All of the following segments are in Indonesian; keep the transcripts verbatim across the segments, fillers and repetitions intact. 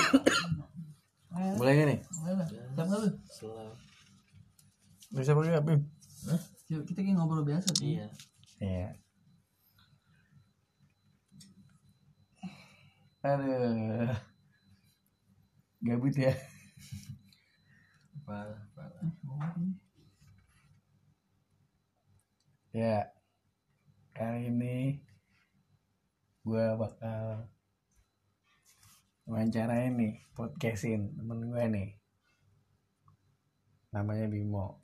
Mulai gak nih? Mulai lah. Siap gak lu? Selalu. Bisa pakai apa? Hah? Kita kayak ngobrol biasa tuh. Iya. Iya. Aduh. Gabut ya. Parah, parah. Ya. Kali ini gue bakal wawancarain nih, podcastin temen gue nih. Namanya Bimo.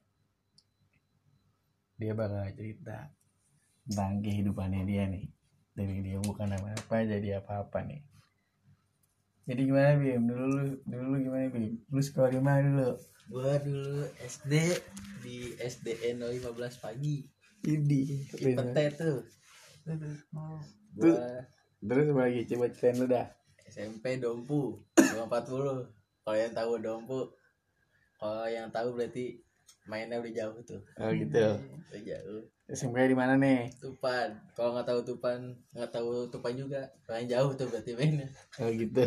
Dia bakal cerita tentang kehidupannya dia nih. Dari dia bukan apa-apa jadi apa-apa nih. Jadi gimana Bim? Dulu lu, dulu lu gimana Bim? Lu sekolah di mana dulu? Gua dulu S D di S D N lima belas pagi. Idi. Di Pete tuh. Oh. Gua Terus apa lagi? Coba ceritain lu dah. S M P Dompu lima empat puluh. Kalau yang tahu Dompu, kalau yang tahu berarti mainnya udah jauh tuh. Oh gitu. Udah jauh. S M P di mana nih? Tupan. Kalau nggak tahu Tupan, nggak tahu Tupan juga. Paling jauh tuh berarti mainnya. Oh gitu.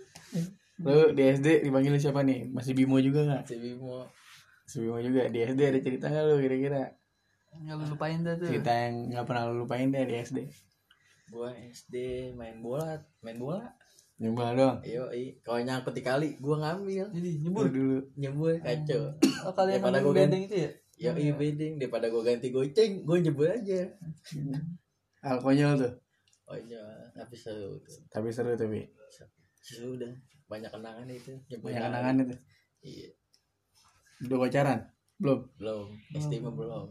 Lu di S D dipanggil siapa nih? Masih Bimo juga nggak? Si Bimo. Masih Bimo juga. Di S D ada cerita nggak lu kira-kira? Nggak lu lupain dah tuh. Cerita yang nggak pernah lu lupain deh di S D. Gua S D main bola, main bola. Nyoba doang. Iyo, i. Kalau nyangkut di kali, gua ngambil. Jadi Nyebur nyebur. dulu. Nyebur kacau. Oh kalian Daripada ngambil gua bedeng itu ya? Ya iya beding daripada gue ganti goceng, gue nyebur aja. Al konyol tuh. Oh iya, tapi seru tuh. Tapi seru tapi. Seru udah banyak kenangan itu. Nyebur Banyak kali. kenangan itu. Iya. Udah pacaran? Belum? Belum. S D mah belum.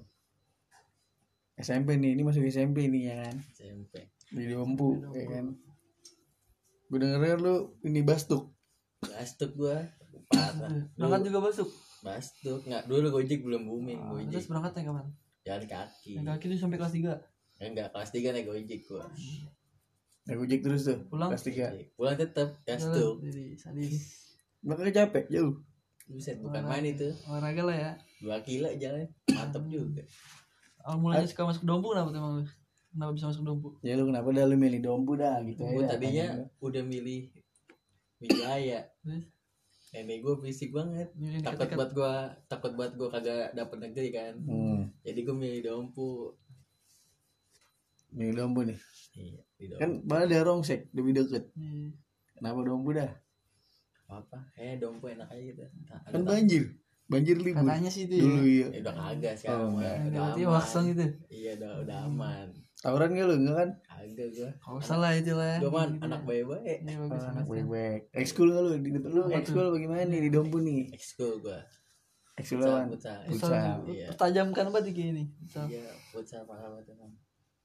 S M P nih, ini masuk S M P nih ya kan. S M P. Di Dompu ya kan. Gue denger lu ini bastuk. Bastuk gue. Parah. Berangkat Dulu juga masuk. bastuk. Nggak dulu Gojek belum booming. Ah, Gojek. terus berangkatnya kapan? Jalan kaki. Yang kaki tuh sampai kelas tiga. Ya, enggak kelas tiga naik Gojek gue. Ya Gojek terus tuh. Pulang? Kelas tiga. Pulang tetap Jalan, bastuk. Jadi sadis. Makanya capek jauh. Buset bukan main itu. Olahraga lah ya. Dua kilo jalan. Mantap juga. Awal mulanya suka masuk Dompu kenapa tuh emang lu? Kenapa bisa masuk Dompu? Ya lu kenapa dah lu milih Dompu dah gitu Gue aja. tadinya udah milih Wijaya. Terus Nenek gue fisik banget. milih Takut dekat-dekat. buat gue, takut buat gue kagak dapet negeri kan. Hmm, Jadi gue milih Dompu. milih Dompu nih. Iya, di Dompu. Kan malah ada Rongsek lebih deket. Iya. Kenapa Dompu dah? Apa? Eh Dompu enak aja gitu. Nah, Kan agak banjir. Banjir libur. Katanya sih itu Dulu ya. iya. tak- ya udah kagak sekarang. Oh, mah. enggak. Udah Berarti aman. waksan gitu. Iya udah udah aman. Tawuran gak lu? Enggak kan? Kagak gue. Kalau salah itu lah. Gue mah Gitu-gitu anak ya. baik-baik. Iya bagus Oh, anak banget. baik-baik. Ekskul gak lu? Di depan lu Apa ekskul bagaimana nih di Dompu nih? Ekskul gue. Ekskul Futsal, lawan. futsal. Futsal. Futsal Iya. pertajamkan banget kayak gini. Futsal. Iya, futsal parah banget emang.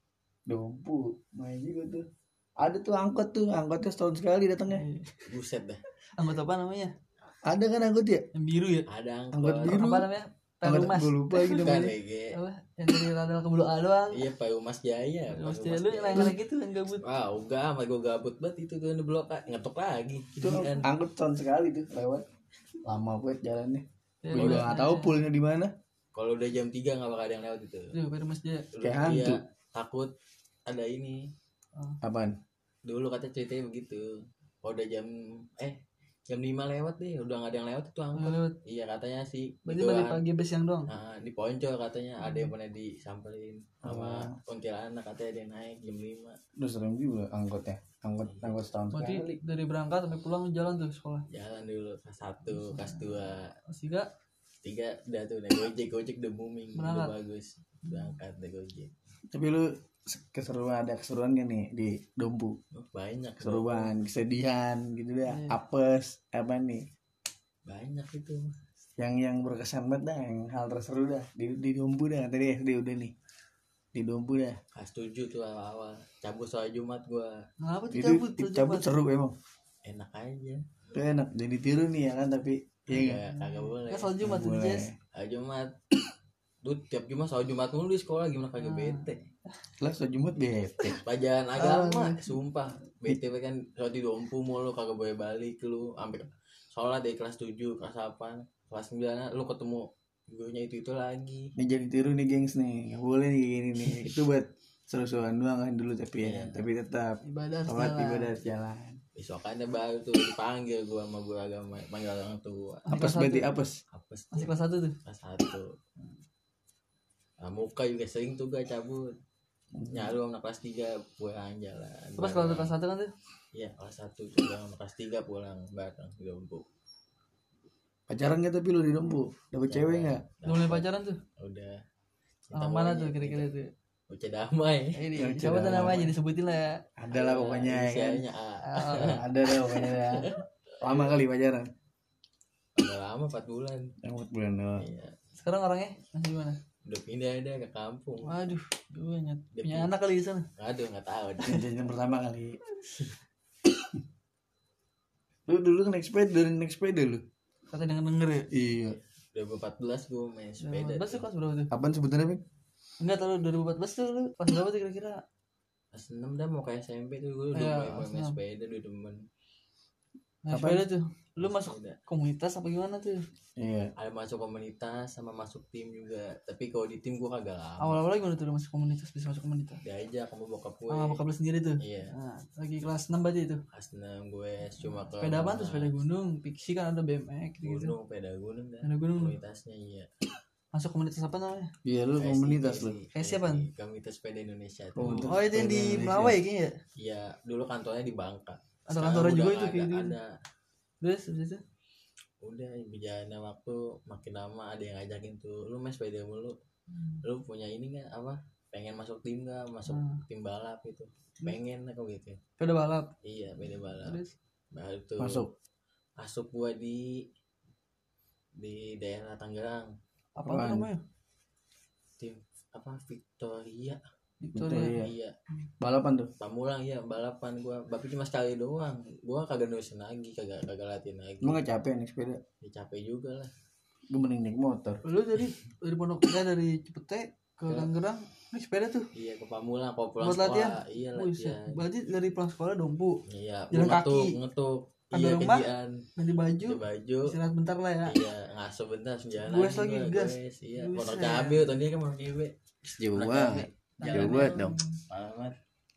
Dompu. Main juga tuh. Ada tuh angkot tuh. Angkotnya setahun sekali datangnya. Iya. Buset dah. Anggota apa namanya? Ada kan angkot ya? Yang biru ya? Ada Angkot angkot. biru. Apa namanya? Angkot Perumas. gue lupa gitu Bukan namanya. Ege. Apa? Yang dari radal ke Bulu A doang. Iya, Perumas Jaya. Terus Perumas lu Jaya. yang lain gitu kan gabut. Wah, enggak, sama gue gabut banget itu tuh di blok A. Ngetok lagi. Itu Ginian. angkot setahun sekali tuh lewat. Lama banget jalannya. Ya, Gue juga udah. gak tahu poolnya di mana. Kalau udah jam tiga nggak bakal ada yang lewat itu. Tuh, Perumas Jaya. Dulu Kayak hantu. dia takut ada ini. Apaan? Dulu kata ceritanya begitu. Kalau udah jam eh jam lima lewat deh, udah nggak ada yang lewat itu angkot. Nggak lewat. Iya katanya sih. Berarti gituan. balik pagi bus yang doang. Nah, di Poncol katanya ada yang pernah disamperin sama Oh. kuntilanak katanya ada yang naik jam lima. Udah serem juga angkotnya. Angkot angkot setahun Berarti sekali. dari berangkat sampai pulang jalan tuh sekolah. Jalan dulu kelas satu, kelas dua, Kelas tiga tiga udah tuh naik Gojek, Gojek udah booming, Berangkat. udah bagus. Berangkat deh Gojek. Tapi lu keseruan ada keseruan gak nih di Dompu? Oh, banyak Keseruan, kesedihan gitu dah. Iya. Apes apa nih? banyak itu. Yang yang berkesan banget dah, yang hal terseru dah di di Dompu dah. Tadi S D udah nih. Di Dompu dah. Kelas tujuh tuh awal-awal cabut soal Jumat gua kenapa tuh Itu cabut? cabut, tuh cabut Jumat? seru emang. enak aja. Itu enak. Jadi tiru nih ya kan tapi iya Kagak kagak boleh. Kan soal Jumat tuh Boleh. Jess. Soal Jumat. Tuh tiap Jumat soal Jumat mulu di sekolah gimana kagak Hmm. bete. Lah so Jumat bete. Pelajaran agama, sumpah. B T W kan kalau di Dompu mulu kagak boleh balik lu sampai sholat dari kelas tujuh, kelas delapan, kelas sembilan lu ketemu gurunya itu-itu lagi. Ini jadi tiru nih gengs nih. Gak boleh nih kayak gini nih. Itu buat seru-seruan doang kan dulu tapi ya. Iya. Tapi tetap Ibadah sholat jalan. ibadah jalan. besokannya baru tuh dipanggil gua sama guru agama, panggil orang tua. Apes kelas berarti satu. apes. Apes Masih tuh, kelas satu tuh. kelas satu. Nah, muka juga sering tuh gua cabut. Nyaru sama kelas tiga pulang jalan. Pas kalau kelas satu kan tuh. Iya, kelas satu tuh sama kelas tiga pulang bareng di Dompu. Pacaran gak tapi lu di Dompu? Dapet cewek gak? Udah mulai pacaran tuh. Udah. Orang mana tuh kira-kira tuh? Bocah damai. Ini Yang siapa tuh cerah namanya banget. disebutin lah ya. Ada lah pokoknya ya kan. Inisialnya A. Ah, Ada lah pokoknya ya. Lama kali pacaran. Udah lama empat bulan. Empat bulan doang. Iya. sekarang orangnya masih di mana? Udah pindah ada ke kampung. Waduh, gue nyet Dia punya pindah. anak kali di sana. Aduh, enggak tahu. Jajan pertama kali. Lu dulu naik sepeda, dari naik sepeda lu. Kata denger denger ya. Iya. dua ribu empat belas gue main sepeda. Sepeda. Tuh kelas berapa tuh? Apaan sebutannya, Bang? Enggak tahu dua ribu empat belas tuh lu kelas berapa tuh kira-kira? Kelas enam dah mau ke S M P tuh gue udah Iya, mulai kelas main enam. sepeda udah demen. Nah, Apaan? sepeda tuh. Lu masuk Sepeda. komunitas apa gimana tuh? Iya. Ada masuk komunitas sama masuk tim juga. Tapi kalau di tim gue kagak lama. Awal-awal gimana tuh lu masuk komunitas, bisa masuk komunitas? Diajak sama bokap gue. Ah, bokap lu sendiri tuh. Iya. Nah, lagi kelas enam berarti itu. Kelas enam gue cuma ke Sepeda apa tuh? Sepeda gunung, fiksi kan ada B M X gitu. gunung, sepeda gunung dah. Sepeda gunung. Komunitasnya iya. Masuk komunitas apa namanya? Iya, lu komunitas lu. Kayak siapa? Komunitas sepeda Indonesia tuh. Komunitas. Oh, itu yang di Indonesia. Melawai kayaknya ya? Iya, dulu kantornya di Bangka. Ada Sekarang kantornya udah juga nggak itu kayak ada, gitu. ada. Terus habis itu Udah berjalannya waktu makin lama ada yang ngajakin tuh, lu main sepeda mulu. Lu punya ini nggak apa? Pengen masuk tim nggak? Masuk Hmm. tim balap gitu. Pengen aku gitu. sepeda balap. Iya, beda balap. Terus Baru tuh Masuk. masuk gua di di daerah Tangerang. apa tuh Apaan? namanya? Tim apa Victoria. Victoria. Victoria. Iya. Balapan tuh. Pamulang ya balapan gua. Tapi cuma sekali doang. Gua kagak nulisin lagi, kagak kagak latihan lagi. Emang gak capek naik sepeda? Ya, capek juga lah. Gue mending naik motor. Lu dari dari Pondok Gede dari Cipete ke Ke- Tangerang naik sepeda tuh. Iya ke Pamulang kalau pulang Buat sekolah. latihan? Iya Buset. latihan. Berarti dari pulang sekolah Dompu, Iya, Jalan gua ngetuk, kaki. ngetuk. Sampai Iya, rumah? gajian. ganti baju, Di baju. istirahat bentar lah ya. Iya, ngaso bentar langsung jalan Gas lagi, gua, gas. gas. Iya, Buset. motor cabe tuh dia kan motor cabe. Jauh Motor banget. cabe. Jauh Jalan banget dong. parah banget.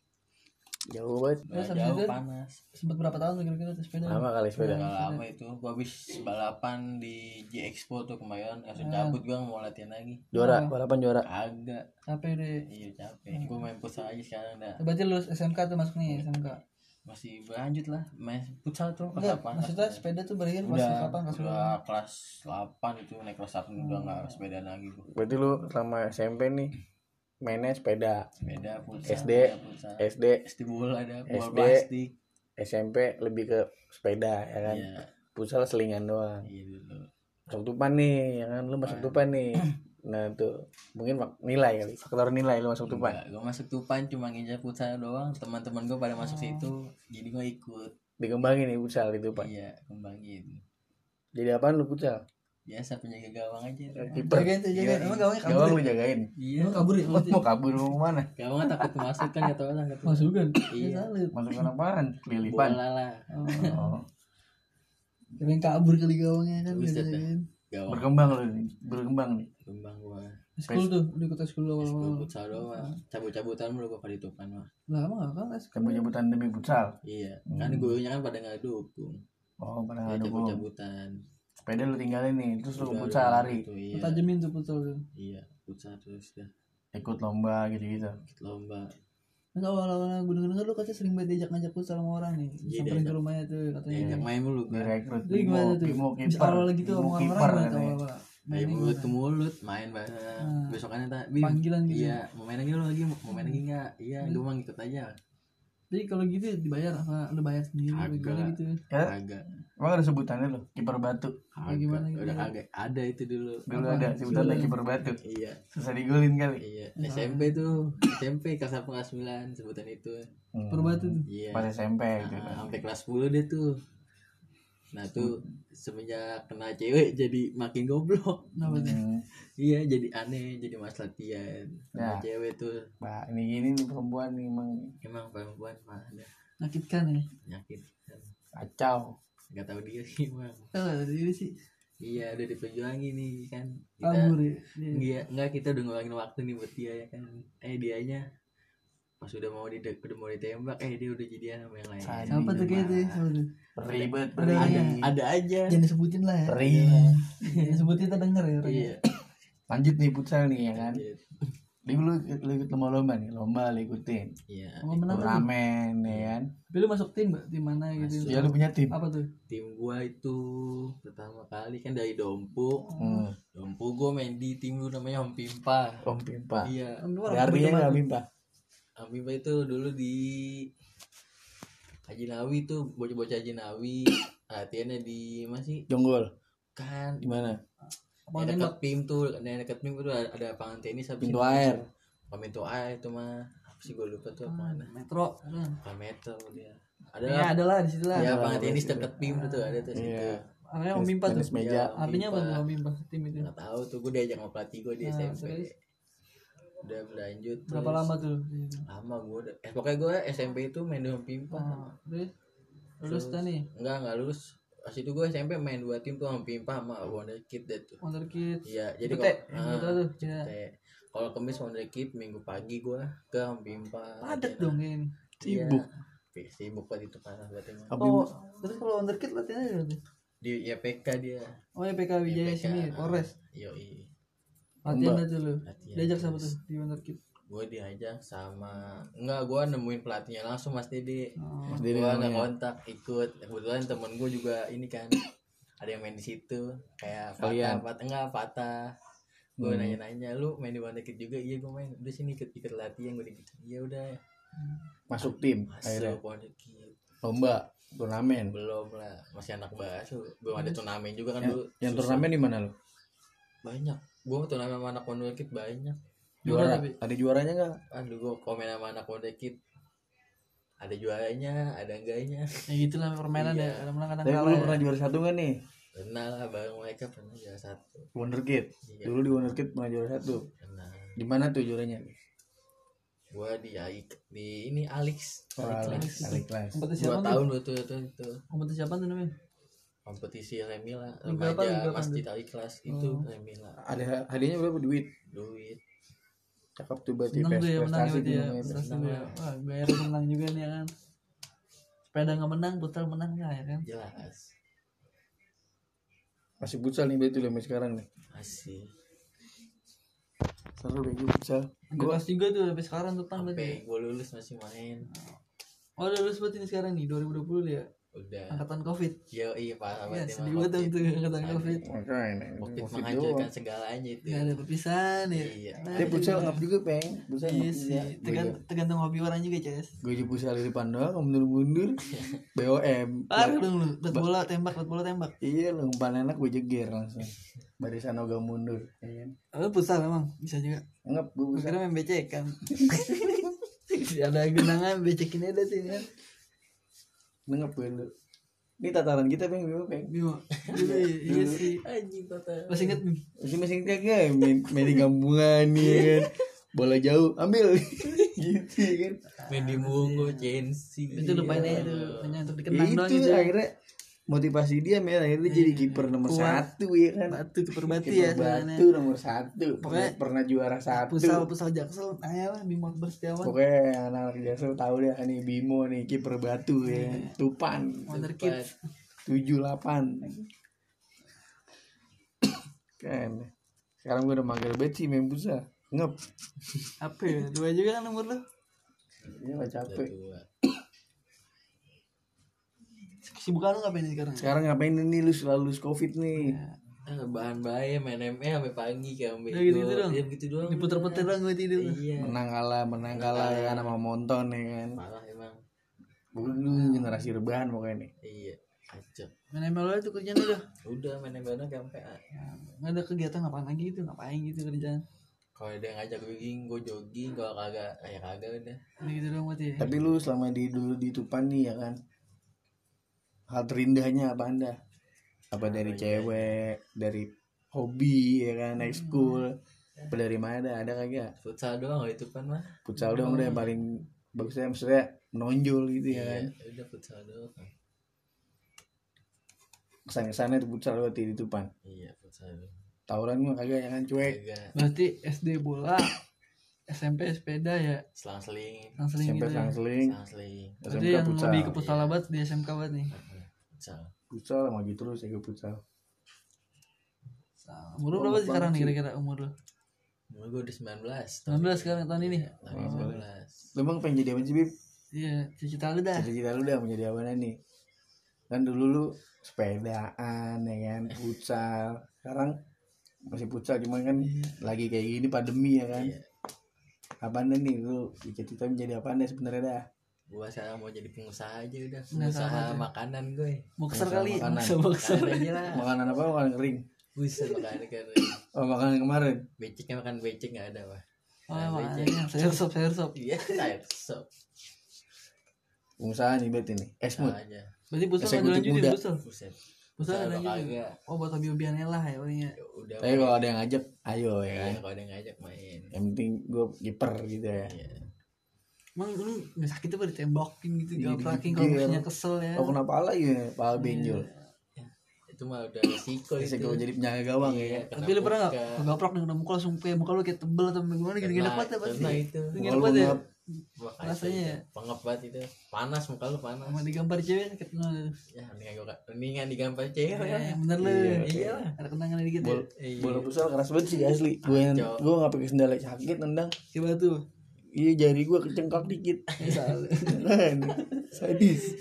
Jauh banget. Terus habis Jauh itu? panas. Sempet berapa tahun tuh kira-kira tuh sepeda? Lama kali sepeda. Udah lama itu gua habis balapan di J Expo tuh kemarin langsung cabut gua mau latihan lagi. Juara, Oh. balapan juara. Agak. Capek deh. Iya capek. Gua main futsal aja sekarang dah. Berarti lulus S M K tuh masuk nih S M K. Masih berlanjut lah main futsal tuh kelas Enggak, delapan. maksudnya sepeda tuh berakhir kelas udah kapan kelas berapa? udah kelas delapan itu naik kelas satu udah nggak sepeda lagi gua. Berarti lu selama S M P nih mainnya sepeda. Sepeda futsal. S D, sepeda futsal. S D, S D bola ada bola S D. plastik. S M P lebih ke sepeda ya kan. Iya, Futsal selingan doang. iya dulu. Masuk Tupan nih, ya kan lu masuk Tupan nih. Nah tuh mungkin fak- nilai kali, faktor nilai lu masuk Tupan. Enggak, gua masuk Tupan cuma ngincar futsal doang. Teman-teman gua pada masuk situ, jadi gua ikut. Dikembangin nih futsal di Tupan. Iya, kembangin. Jadi apaan lu futsal? Biasa penjaga gawang aja. Kiper. Jagain tuh, jagain. Emang gawangnya kabur Gawang ya? lu jagain. Iya. Emang kabur ya? Oh, mau kabur mau mana? Gawang takut masuk kan kata orang kata. Masukan. Iya. Salut. Masukkan apaan? Kelilipan. Bola lah. Oh. Kirain kabur kali gawangnya kan. Buset dah. jagain. Gawang Berkembang lu nih, berkembang nih. kembang gua. School tuh, udah ikut school Sekolah awal-awal. futsal doang. Cabut-cabutan mulu gua pada Tupan mah. Lah emang enggak kan school? Cabut-cabutan demi futsal. Iya, kan gurunya kan pada nggak dukung. Oh, pada Ya ngadu gua. cabut-cabutan. Sepeda lu tinggalin nih, terus lu Udah, futsal udah lari. gitu, iya. Tajemin tuh futsal tuh. Iya, futsal terus dah Ikut lomba gitu-gitu. ikut lomba. Kan awal-awal gue denger-denger lu katanya sering banget diajak ngajak futsal sama orang nih. Iya, Samperin ke diajak. rumahnya tuh katanya. Diajak main mulu gua. Direkrut Lu gimana tuh? Bimo Bisa kiper. awal gitu Bimo sama kiper orang-orang gimana katanya. awal-awal? Main Mainnya mulut ke gimana? mulut, main bareng. Hmm. Besokannya tak, Bim. Panggilan gitu. Iya, mau main lagi lu lagi, mau main lagi enggak? Iya, Hmm. gua mah ngikut aja. Jadi kalau gitu dibayar apa lu bayar sendiri apa Agak. gimana gitu? Ya, Kagak. emang ada sebutannya lu, kiper batu. Kagak. gimana gitu? Udah kagak ada itu dulu. Dulu Apa? ada sebutannya Sebutan. kiper batu. Iya, Susah digolin kali. iya. S M P tuh, S M P kelas satu kelas sembilan sebutan itu. Hmm. Perbatu tuh. Iya. Pas S M P gitu Nah, kan. sampai kelas sepuluh deh tuh. Nah tuh semenjak kena cewek jadi makin goblok. Kenapa tuh? Hmm. Iya jadi aneh, jadi mas latihan Ya. sama cewek tuh. Bah, ini gini nih perempuan nih emang Emang perempuan mah ada Nakitkan ya. penyakit. kacau. Gak tahu diri emang. Tahu gak diri sih. Iya udah diperjuangin nih kan. Kita Kabur ya. Iya. Iya, enggak kita udah ngulangin waktu nih buat dia ya kan. Eh dianya pas udah mau di udah mau ditembak eh dia udah jadian sama yang lain. Sadi. Siapa tuh kayak itu ya? Siapa tuh? Ribet, Ada- Ada ribet. ada aja. Jangan disebutin lah ya. Peri. Jangan disebutin kita denger ya orangnya. Iya. Lanjut nih futsal nih ya kan. Lanjut. Di lu, lu ikut lomba-lomba nih, lomba lu ikutin. Iya. Sama menang tuh. Turnamen ya kan. Tapi lu masuk tim Mbak? Tim mana gitu? Masuk. Ya lu punya tim. Apa tuh? Tim gua itu pertama kali kan dari Dompu. Hmm. Dompu gua main di tim dulu namanya Om Pimpa. Om Pimpa. Iya. Ada artinya nggak Pimpa? Om Pimpa itu dulu di Haji Nawi tuh bocah-bocah Haji Nawi. Latihannya di masih Jonggol. kan Di mana? Apa yang nembak? dekat P I M tuh, yang dekat P I M tuh ada, ada lapangan tenis habis Pintu itu. air. Oh, pintu air itu mah apa sih gue lupa tuh apa mana. Metro. Kan. Bukan meter dia. Ada Ya ada lah di situ lah. ya Ada lapangan lah, tenis ada. dekat P I M tuh ada tuh situ. Iya. Artinya Om Mimpa tuh. Tenis meja. Iya, Artinya apa Om tuh Mimpa. Om Mimpa tim itu? Nggak tahu tuh gue diajak sama pelatih gue di Nah, S M P. terus? Udah berlanjut. Berapa terus lama tuh? Lama gue udah. Eh pokoknya gue S M P itu main dengan Pimpa. Ah, terus lulus Terus- dah nih. Enggak enggak lulus. Pas itu gue S M P main dua tim tuh sama Pimpa sama Wonder Kid deh tuh. Wonder Kids. Iya, jadi Cipete, kalau yang ah, betul tuh. Iya. Cipete. Kalau kemis Wonder Kid minggu pagi gue ke Om Pimpa. Padat latihan. dong ini. Sibuk. Iya, sibuk banget itu parah banget emang. Abi, Oh, terus kalau Wonder Kids latihannya di mana tuh? Di Y P K dia. Oh ya P K Wijaya Y P K, sini, ah, Polres. Yoi. Latihan Lomba. dah tuh lu. Latihan. Diajak sama tuh di Wonder Kids. Gue diajak sama enggak gue nemuin pelatihnya langsung Mas Dede. Oh. Mas Gue Dede nggak namanya. kontak ikut. Kebetulan temen gue juga ini kan ada yang main di situ kayak Kalian? Fatah, Fatah enggak Fatah. Gue Hmm. nanya-nanya lu main di Wonder Kid juga iya gue main udah sini ikut ikut latihan gue gitu iya udah Masuk tim akhirnya. masuk Wonder Kid Lomba, turnamen. belum lah masih anak baru belum ada turnamen juga kan Yang, dulu yang susah. turnamen di mana lu? banyak gue turnamen sama anak Wonder Kid banyak Juara Juara. tapi. Ada juaranya nggak? aduh gue komen sama anak Wonder Kid ada juaranya ada enggaknya Ya gitu lah permainan Iya. ya. Kadang menang kadang Tapi kalah. lu ya. pernah juara satu kan nih? pernah lah bareng mereka pernah juara satu Wonder Kid. Iya. Dulu di Wonder Kid pernah juara satu. pernah Di mana tuh juaranya? gue di Aik di ini Alex Oh, Alex, Alex kelas. Kompetisi dua apa tuh? tahun dua tuh itu itu Kompetisi apa tuh namanya? kompetisi Remila Liga apa, liga remaja apa masjid tuh? Ali kelas itu Oh. Remila Ada hadiahnya berapa duit? duit Cakep tuh berarti Seneng tuh ya menang prestasi gitu ya. tuh namanya. Prestasi Seneng tuh ya. lah. Wah, bayar menang juga nih ya kan. Sepeda nggak menang, putar menang ya ya kan. jelas Masih futsal nih berarti lu sampai sekarang nih. masih Seru bego futsal. Gue kelas tiga tuh sampai sekarang tuh tang berarti. sampai gue lulus masih main Oh udah lulus berarti nih sekarang nih dua ribu dua puluh ya. udah Angkatan Covid. yo iya parah Ya banget sedih emang banget dong Covid. tuh angkatan Aduh, Covid. Makanya. Covid Covid menghancurkan doang. segalanya itu Gak ada perpisahan ya. Iya. Nah, Tapi futsal ngap juga peng. Futsal Iya ngap sih. juga. Tergantung, tergantung hobi orang juga Ces. Gue di futsal di depan doang, mundur-mundur. B O M. Parah dong lu. Lihat bola tembak, lihat bola tembak. Iya, lu umpan enak gue jeger langsung. Barisan ogah mundur. Ya kan? Lu futsal emang bisa juga. Ngap gue Gue futsal. kira main becek kan. Ada genangan becekin aja sih kan. Ngap gue lu. Ini tataran kita peng, Bimo peng. Bimo. Dulu iya, iya sih. anjing total Masih inget nih. Masih masih kagak main, main di kampungan nih ya kan. Bola jauh ambil gitu ya kan. main di Mungo Chelsea Itu lupain aja tuh. Hanya untuk Ya dikenang doang itu gitu. akhirnya motivasi dia men akhirnya jadi kiper nomor Kuat. satu ya kan. Batu kiper batu Kiper ya sebenarnya. batu nomor satu. Pernah, Pokoknya pernah juara satu. Pusal pusal Jaksel. Ayo lah Bimo Berstiawan. Pokoknya anak-anak Jaksel tahu deh nih Bimo nih kiper batu ya. Iya. Tupan Wonder Kids. tujuh delapan kan. Sekarang gue udah manggil bet sih main futsal. Ngep. Apa ya? Dua juga kan nomor lu. Ini mah capek. Dua. Kesibukan lu ngapain nih sekarang? Sekarang ngapain ini lu selalu lulus covid nih? Ah, bahan bahaya main M L sampai pagi kayak ambil Ya, gitu-gitu dong. ya begitu doang Diputer-puter doang gue tidur. iya Menang kalah, menang kalah ya kan sama Monton ya kan. parah emang Bukan lu generasi rebahan pokoknya nih. iya kacau Main M L aja tuh kerjaan udah. udah main M L doang kayak sampai Ya, nggak ada kegiatan ngapain lagi gitu, ngapain gitu kerjaan. kalau ada yang ngajak jogging gue jogging kalau kagak kayak kagak udah Ini gitu doang berarti ya. Tapi lu selama di dulu di Tupan nih ya kan. Hal terindahnya apa Anda? Apa dari cewek, dari hobi ya kan, ekskul, apa dari mana? Ada kagak? futsal doang kalau itu kan mah Futsal dong udah yang paling bagusnya maksudnya menonjol gitu ya kan. iya udah futsal doang Kesan-kesannya tuh futsal berarti di Tupan. iya futsal doang Tawuran mah kagak ya kan cuek. kagak Berarti S D bola, S S M P sepeda ya selang-seling selang-seling S M P gitu ya. selang-seling, selang-seling S M Berarti K yang futsal. lebih ke futsal banget di S M K banget nih. futsal. Futsal sama gitu terus ya ke futsal. Umur lu Oh, berapa sih sekarang nih sih. kira-kira umur lu? Umur gue udah sembilan belas. sembilan belas sekarang tahun ini. Tahun Oh. sembilan belas. Lu emang pengen jadi apa sih, Bib? Iya, cita-cita lu dah. Cita-cita lu udah menjadi apa nih? Kan dulu lu sepedaan ya kan, futsal. Sekarang masih futsal cuman kan Iya. lagi kayak gini pandemi ya kan. Iya. Apaan nih lu cita-cita menjadi apa nih sebenarnya dah? Gua sekarang mau jadi pengusaha aja udah. Nah, Pengusaha sama aja. makanan gue. Boxer Usaha kali, makanan. boxer boxer. Makanan aja lah. Makanan apa? Makanan kering. Buset makanan keren. Oh, makanan kemarin. Beceknya makan becek nggak ada wah. Oh, Nah, makanya sayur sop, sayur sop. Iya, sayur sop. Pengusaha nih berarti nih. Esmut. Nah, aja. Berarti busel nggak Eksekutif dilanjutin muda. busel. Buset. Busel nggak Kalau dilanjutin. kagak, Oh, buat hobi-hobiannya lah ya palingnya. ya udah. Tapi kalau ada yang ngajak, ayo ya Iya, kan. kalau ada yang ngajak main. Yang penting gue kiper gitu ya. Iya. Emang lu nggak sakit tuh pada ditembakin gitu, Iya, gaprakin gitu, kalau iya. musuhnya kesel ya. Oh kenapa lagi ya? Pala benjol. Itu mah udah resiko itu. Resiko jadi penjaga gawang ya kan. Kena Tapi lu pernah nggak muka. kegaprak nih kena muka langsung kayak muka lu kayak tebel atau gimana gini gini Kena- banget ya pasti. kena itu. Gini Muka lu banget ya. ngap. Makanya Rasanya itu. ya. Pengep banget itu. Panas muka lu panas. Sama digambar cewek sakit banget. Ya mendingan gua mendingan digampar cewek. Ya, ya. yang bener lu. Iya. Iya. Ada kenangan dikit ya. Bol Iya. bola futsal keras banget sih asli. Gue Kacau. gue nggak pakai sendal sakit nendang. Coba tuh. Iya jari gue kecengkak dikit. Kan, sadis.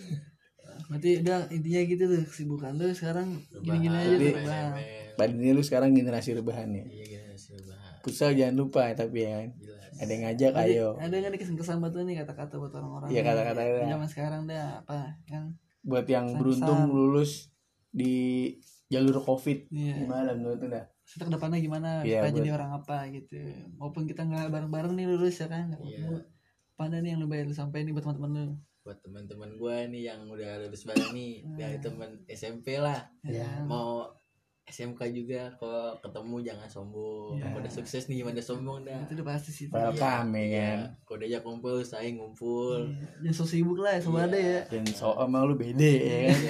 Berarti udah intinya gitu tuh kesibukan lu sekarang gini-gini aja Jadi- tuh. Bang. Padahal lu sekarang generasi rebahan ya. Iya gitu sih bahas. Futsal jangan lupa ya, tapi ya kan. Jelas. Ada yang ngajak Berarti ayo. ada nggak nih kesan-kesan buat lu nih kata-kata buat orang-orang? Iya, kata-kata yang ya. zaman sekarang dah apa kan? Buat yang Pesan-pesan. beruntung lulus di jalur Covid. Iya. Gimana menurut lu dah? Kita kedepannya gimana Iya, supaya buat- jadi orang apa gitu. Maupun kita nggak bareng-bareng nih lulus ya kan? Iya. Pada nih yang lu bayar lu sampai nih buat teman-teman lu. Buat teman-teman gue nih yang udah lulus bareng nih dari teman S M P lah, Ya. mau S M K juga kalau ketemu jangan sombong. Iya. Kalau udah sukses nih jangan sombong dah. Itu udah pasti sih. Welcome ya kan. Kalau diajak ngumpul saya ngumpul. Iya. Jangan so sibuk lah, so ada ya. Dan soal emang lu bede ya kan.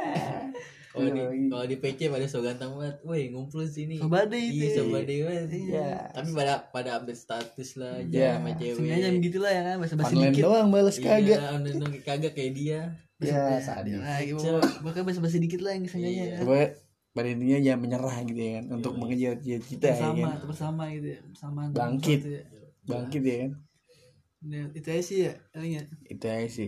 Kalau di Iya. kalau di P C pada so ganteng banget, woi ngumpul sini. So bade itu. Iya, so bade banget. Iya. Tapi pada pada update status lah, Iya. jangan sama cewek. Sengaja begitu lah ya kan, basa-basi Online dikit. doang balas kagak. Iya, online kagak kayak dia. Ya sadis. Nah, gitu. Bahkan basa-basi dikit lah yang sengaja Iya. kan. Coba pada intinya jangan menyerah gitu ya kan untuk Iya. mengejar cita-cita ya Bersama, kan. atau bersama gitu ya. Bersama. Bangkit. Gitu ya. Bangkit ya kan. Nah, itu aja sih ya, paling ya. Itu aja sih.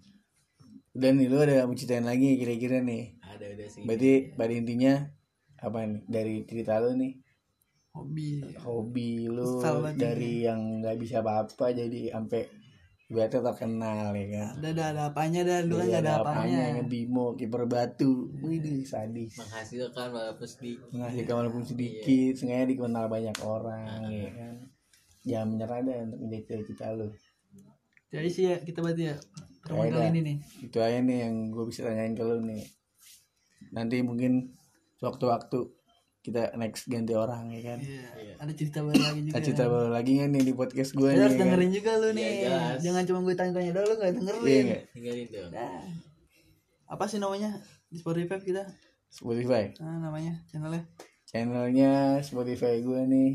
Dan nih lu ada mau ceritain lagi kira-kira nih. Ada udah sih. Berarti pada intinya apa nih dari cerita lu nih Hobi. hobi lu Kesal banget dari yang nggak bisa apa-apa jadi sampai ibaratnya terkenal ya kan. Ada ada ada apanya dah, lu kan Jadi gak ada apanya. Bimo kiper batu. Wih sadis. Menghasilkan walaupun sedikit. Menghasilkan walaupun sedikit, sengaja dikenal banyak orang ya kan. Jangan menyerah deh untuk menjadi cita-cita lu. Jadi sih ya kita berarti ya pertemuan Ya kali udah. ini nih. Itu aja nih yang gue bisa tanyain ke lu nih. Nanti mungkin waktu-waktu kita next ganti orang ya kan. Iya. Iya. Ada cerita baru lagi juga. Kita cerita baru lagi nggak nih di podcast gue Kita nih. harus ya kan? dengerin juga lu nih. Iya, jelas. Jangan cuma gue tanya-tanya doang lu gak Iya dengerin. nggak? Tinggalin dong. Nah. Apa sih namanya di Spotify kita? Spotify. Nah, namanya channelnya. Channelnya Spotify gue nih.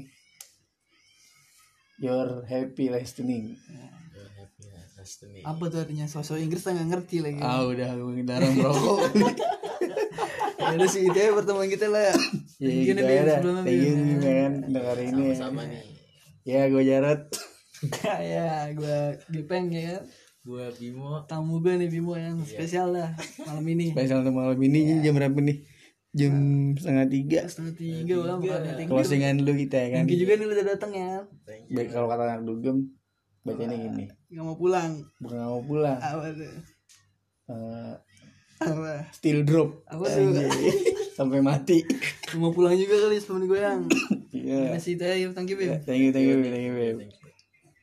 Your Happy Listening. Yo, happy ya, destiny. Apa tuh artinya? Sosok Inggris tak nggak ngerti lagi. Ah udah gue darah merokok. Ya udah sih itu ya pertemuan kita lah. Ya Gini, gitu Bim, ya dah. sebelumnya, Thank you Bim. Bim, ya kan dengar ini. ya. Sama-sama nih. Ya gue Jarot. Ya, gue Gepeng ya kan. Gua Bimo. Tamu gue nih Bimo yang spesial lah malam ini. Spesial untuk malam ini jam berapa nih? Jam setengah tiga. Setengah tiga udah bukan thank you. Closingan dulu kita ya kan. Thank you juga nih lu udah datang ya. Thank you. Baik kalau kata anak dugem bacanya gini. Gak mau pulang. Bukan nggak mau pulang. Apa tuh? Eh, Apa? still drop. Apa tuh? Anjay. Sampai mati. Lu mau pulang juga kali sebelum gue yang. Iya. Masih itu ya, thank you Bim. Thank you, thank you, thank you, babe. Thank you.